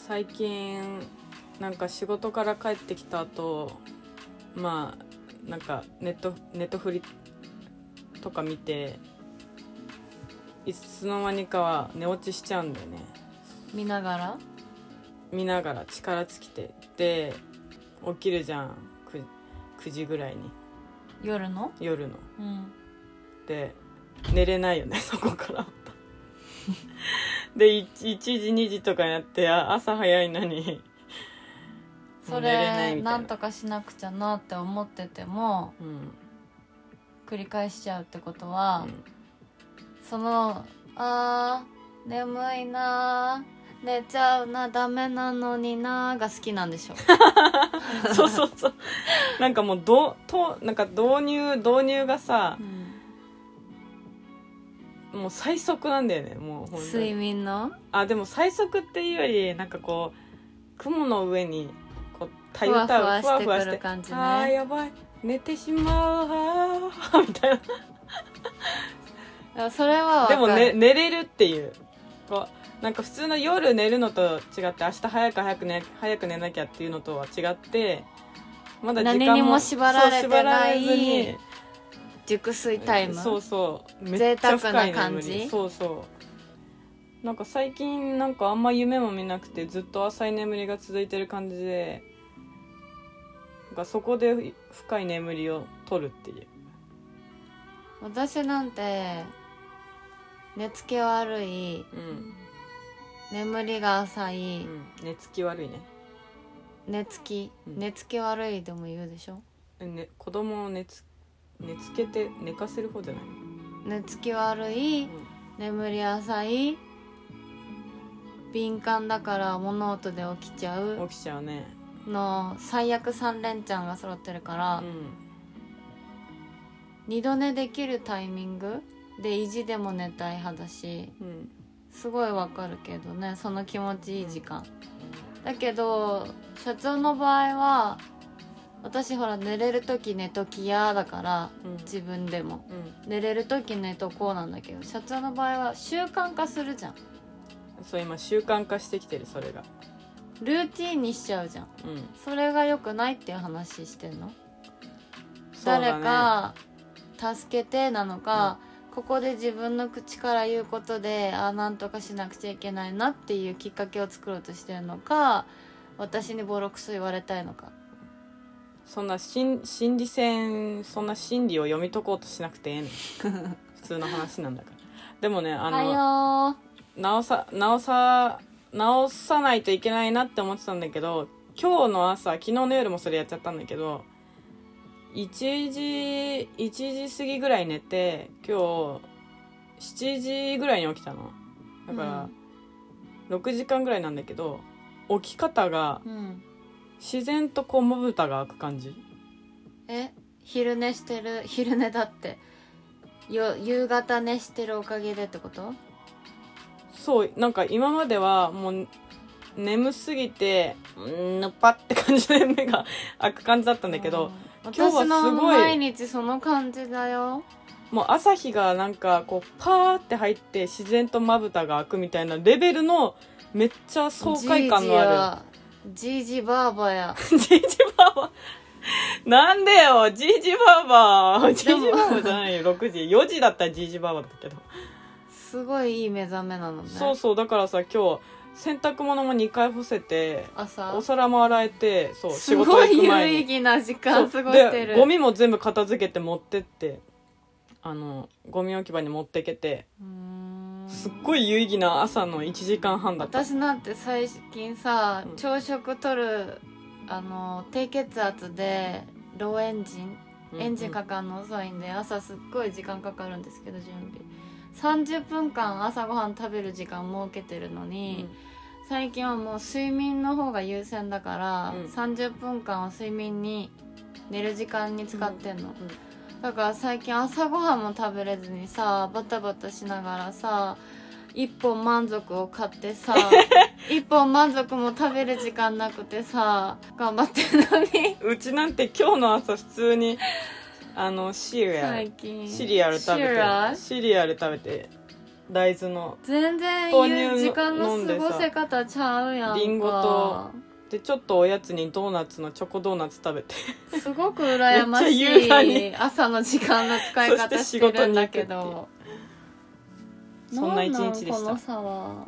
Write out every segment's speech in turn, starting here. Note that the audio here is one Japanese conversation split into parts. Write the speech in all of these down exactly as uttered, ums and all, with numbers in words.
最近なんか仕事から帰ってきた後、まあなんかネットネットフリとか見ていつの間にかは寝落ちしちゃうんだよね。 見ながら見ながら力尽きてで起きるじゃん 9, くじぐらいに夜の夜の、 うん、 で寝れないよねそこからでいちじにじとかやって朝早いのにそれなんとかしなくちゃなって思ってても、うん、繰り返しちゃうってことは、うん、そのあー眠いな寝ちゃうなダメなのになが好きなんでしょそうそうそうなんかもうどとなんか導入導入がさ、うん、もう最速なんだよね。もう本当に睡眠のあでも最速っていうよりなんかこう雲の上にこうたゆたうふわふわして感じね。 あーやばい寝てしまうあーみたいなそれはでも、ね、寝れるっていうこうなんか普通の夜寝るのと違って明日早く早く寝早く寝なきゃっていうのとは違ってまだ時間も何にも縛られてないずに熟睡タイムそうそうめっちゃ深い贅沢な感じそうそうなんか最近なんかあんま夢も見なくてずっと浅い眠りが続いてる感じでなんかそこで深い眠りを取るっていう私なんて寝つき悪い、うん眠りが浅い、うん、 寝つき悪いね寝つき、うん、寝つき悪いでも言うでしょ、 ね、子供を寝つ、寝つけて寝かせる方じゃない寝つき悪い、うん、眠り浅い敏感だから物音で起きちゃう起きちゃうねの最悪さん連チャンが揃ってるから、うん、二度寝できるタイミングで意地でも寝たい派だし、うんすごいわかるけどねその気持ちいい時間だけど社長の場合は私ほら寝れる時寝ときやだから、うん、自分でも、うん、寝れる時寝とこうなんだけど社長の場合は習慣化するじゃんそう今習慣化してきてるそれがルーティーンにしちゃうじゃん、うん、それが良くないっていう話してんの、そうだね、誰か助けてなのか、うんここで自分の口から言うことであなんとかしなくちゃいけないなっていうきっかけを作ろうとしてるのか私にボロクソ言われたいのかそんな心理戦そんな心理を読み解こうとしなくてええねん普通の話なんだからでもねあの直さ直さ直さないといけないなって思ってたんだけど今日の朝昨日の夜もそれやっちゃったんだけどいちじいちじ過ぎぐらい寝て今日しちじぐらいに起きたのだから、うん、ろくじかんぐらいなんだけど起き方が自然とこうまぶたが開く感じ、 うん、え昼寝してる昼寝だってよ夕方寝してるおかげでってこと？ そうなんか今まではもう眠すぎてんぬぱって感じで目が開く感じだったんだけど、うん今日はすごい私の毎日その感じだよ。 もう朝日がなんかこうパーって入って自然とまぶたが開くみたいなレベルのめっちゃ爽快感のあるジージバーバやジージバーバなんでよジージバーバジージバーバじゃないよろくじよじだったらジージバーバだったけどすごいいい目覚めなのね。 そうそうだからさ今日洗濯物もにかい干せて朝お皿も洗えてそう仕事行く前にすごい有意義な時間過ごしてる。 ゴミも全部片付けて持ってってあのゴミ置き場に持ってけてうーんすっごい有意義な朝のいちじかんはんだった。 私なんて最近さ、うん、朝食取るあの低血圧でローエンジンエンジンかかるの遅いんで、うんうん、朝すっごい時間かかるんですけど準備さんじゅっぷんかん朝ごはん食べる時間設けてるのに、うん、最近はもう睡眠の方が優先だから、うん、さんじゅっぷんかんは睡眠に寝る時間に使ってんの、うんうん、だから最近朝ごはんも食べれずにさバタバタしながらさ一本満足を買ってさ一本満足も食べる時間なくてさ頑張ってるのにうちなんて今日の朝普通にあのシリアルシリアル食べてシリアル食べて大豆の全然いう時間の過ごせ方ちゃうやんか。 リンゴとでちょっとおやつにドーナツのチョコドーナツ食べてすごく羨ましい朝の時間の使い方してるんだけどそんな一日でした。 この差は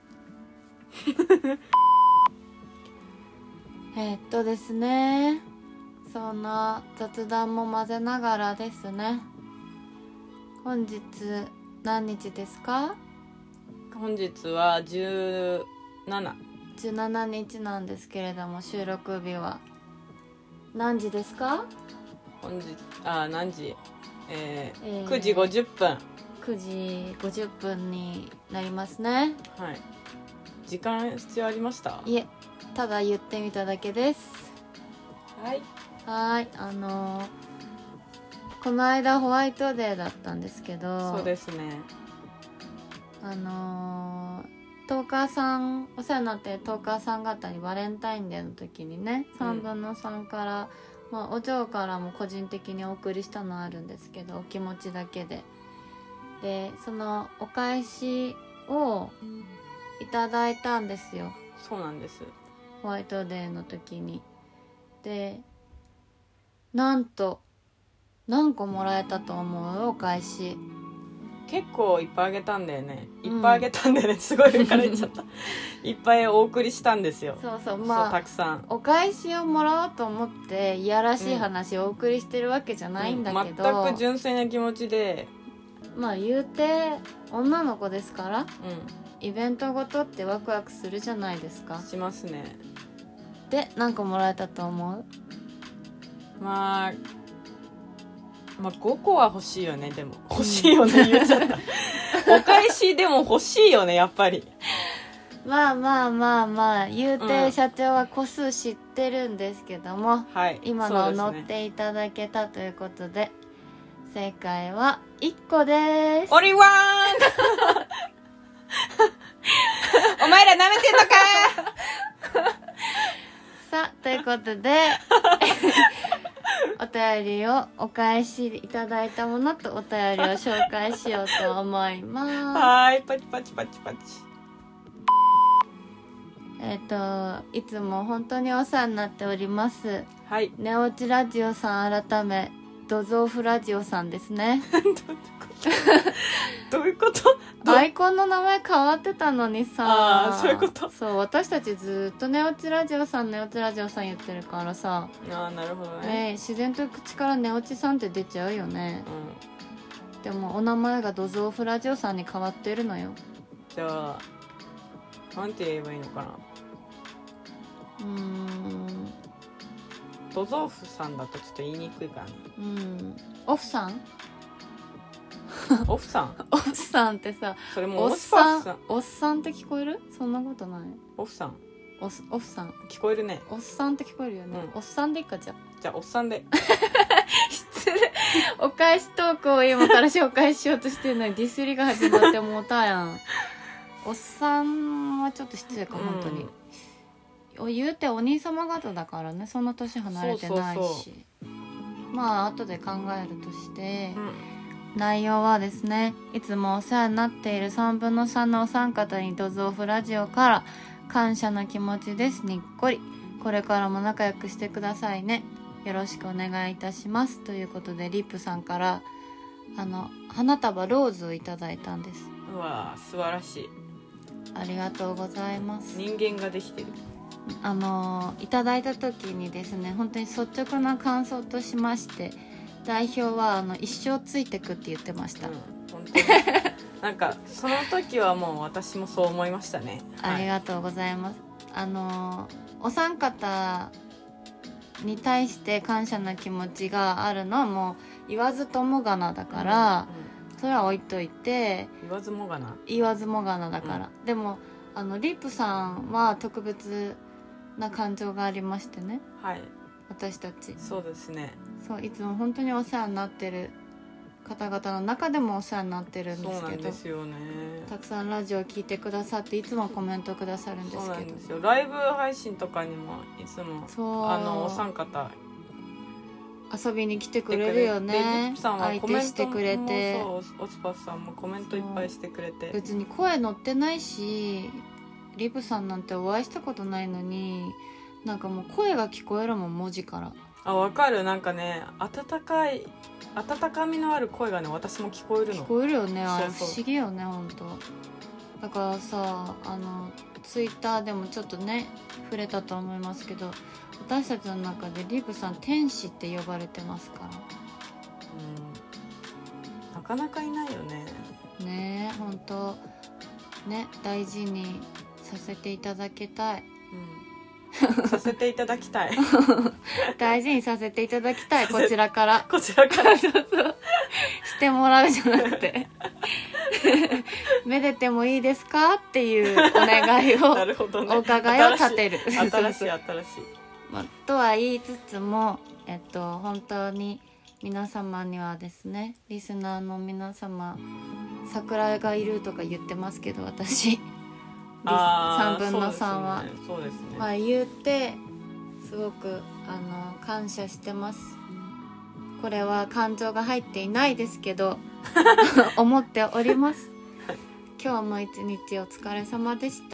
えっとですねそんな雑談も混ぜながらですね本日何日ですか？ 本日はじゅうななじゅうしちにちなんですけれども収録日は何時ですか？ 本日あ何時、えーえー、 くじごじゅっぷんくじごじゅっぷんになりますね。 はい。時間必要ありました？ いえただ言ってみただけです。 はいはいあのー、この間ホワイトデーだったんですけどそうですねあのー、トーカーさんお世話になっているトーカーさん方にバレンタインデーの時にねさんぶんのさんから、うんまあ、お嬢からも個人的にお送りしたのあるんですけどお気持ちだけででそのお返しをいただいたんですよ。 そうなんです。 ホワイトデーの時にでなんと何個もらえたと思うお返し。 結構いっぱいあげたんだよね。いっぱいあげたんだよね、うん、すごい上から言っちゃったいっぱいお送りしたんですよ。 そうそうまあたくさんお返しをもらおうと思っていやらしい話をお送りしてるわけじゃないんだけど、 うん、全く純粋な気持ちでまあ言うて女の子ですから、 うん、 イベントごとってワクワクするじゃないですか。 しますね。 で何個もらえたと思う？ まあまあごこは欲しいよね。でも欲しいよね、うん、言っちゃったお返しでも欲しいよねやっぱり。 まあまあまあまあ言うて、うん、社長は個数知ってるんですけども、 はい、 今のを乗っていただけたということで、正解はいっこです。 オリワンお前ら舐めてんのかさあということでお便りをお返しいただいたものとお便りを紹介しようと思います。 はい、パチパチパチパチ。 えっといつも本当にお世話になっております。 はい。 ネオチラジオさん改めドゾーフラジオさんですね。 どういうこと？ アイコンの名前変わってたのにさ。 ああ、そういうこと。 そう私たちずっとネオチラジオさんネオチラジオさん言ってるからさ。 ああなるほどね。 ね自然と口からネオチさんって出ちゃうよね。うん、でもお名前がドゾーフラジオさんに変わってるのよ。 じゃあなんて言えばいいのかな。 うーん。 ドゾーフさんだとちょっと言いにくいからね。 うん。オフさん？ オフさん？ オフさんってさ、 それもおっさん、おっさんって聞こえる？そんなことない。 オフさん。 おオフさん。 聞こえるね。 おっさんって聞こえるよね。うん、おっさんでいいかじゃ。 じゃあおっさんで。 失礼。お返しトークを今から紹介しようとしてるのにディスりが始まってもうたやん。おっさんはちょっと失礼か、うん、本当に。言うてお兄様方だからね、そんな年離れてないし。そうそうそう、まあ後で考えるとして。うん内容はですねいつもお世話になっているさんぶんのさんのお三方にドゾーフラジオから感謝の気持ちですにっこりこれからも仲良くしてくださいねよろしくお願いいたしますということでリップさんからあの花束ローズをいただいたんです。 うわ素晴らしいありがとうございます。 人間ができてる。 あのいただいた時にですね本当に率直な感想としまして代表はあの一生ついてくって言ってました、うん、 本当になんかその時はもう私もそう思いましたね。 ありがとうございます、はい、あのお三方に対して感謝の気持ちがあるのはもう言わずともがなだから、うんうん、それは置いといて言わずもがな言わずもがなだから、うん、でもあのリップさんは特別な感情がありましてね。 はい私たちそうですねそういつも本当にお世話になってる方々の中でもお世話になってるんですけどそうなんですよね。 たくさんラジオを聞いてくださっていつもコメントくださるんですけどそうなんですよ。ライブ配信とかにもいつもあのお三方遊びに来てくれるよね。 リップさんは相コメント手してくれて、 そうオスパスさんもコメントいっぱいしてくれて、 別に声乗ってないし、リプさんなんてお会いしたことないのに、なんかもう声が聞こえるもん、文字から。 あ、わかる。なんかね、温かい温かみのある声がね、私も聞こえるの。 聞こえるよね、あれ。 そうそう不思議よね、ほんと。だからさ、あのツイッターでもちょっとね触れたと思いますけど、私たちの中でリプさん天使って呼ばれてますから。 うん、なかなかいないよね。 ねえ、ほんとね、大事にさせていただきたい。 うん、させていただきたい大事にさせていただきたい、こちらからこちらからそうそうしてもらうじゃなくてめでてもいいですかっていうお願いを、 なるほどね、 お伺いを立てる。 新しい新しい新しい、 まあ、とは言いつつも、えっと本当に皆様にはですね、リスナーの皆様、桜がいるとか言ってますけど、私さんぶんのさんはそうですね、 まあ言ってすごくあの感謝してます。これは感情が入っていないですけど思っております。今日も一日お疲れ様でした。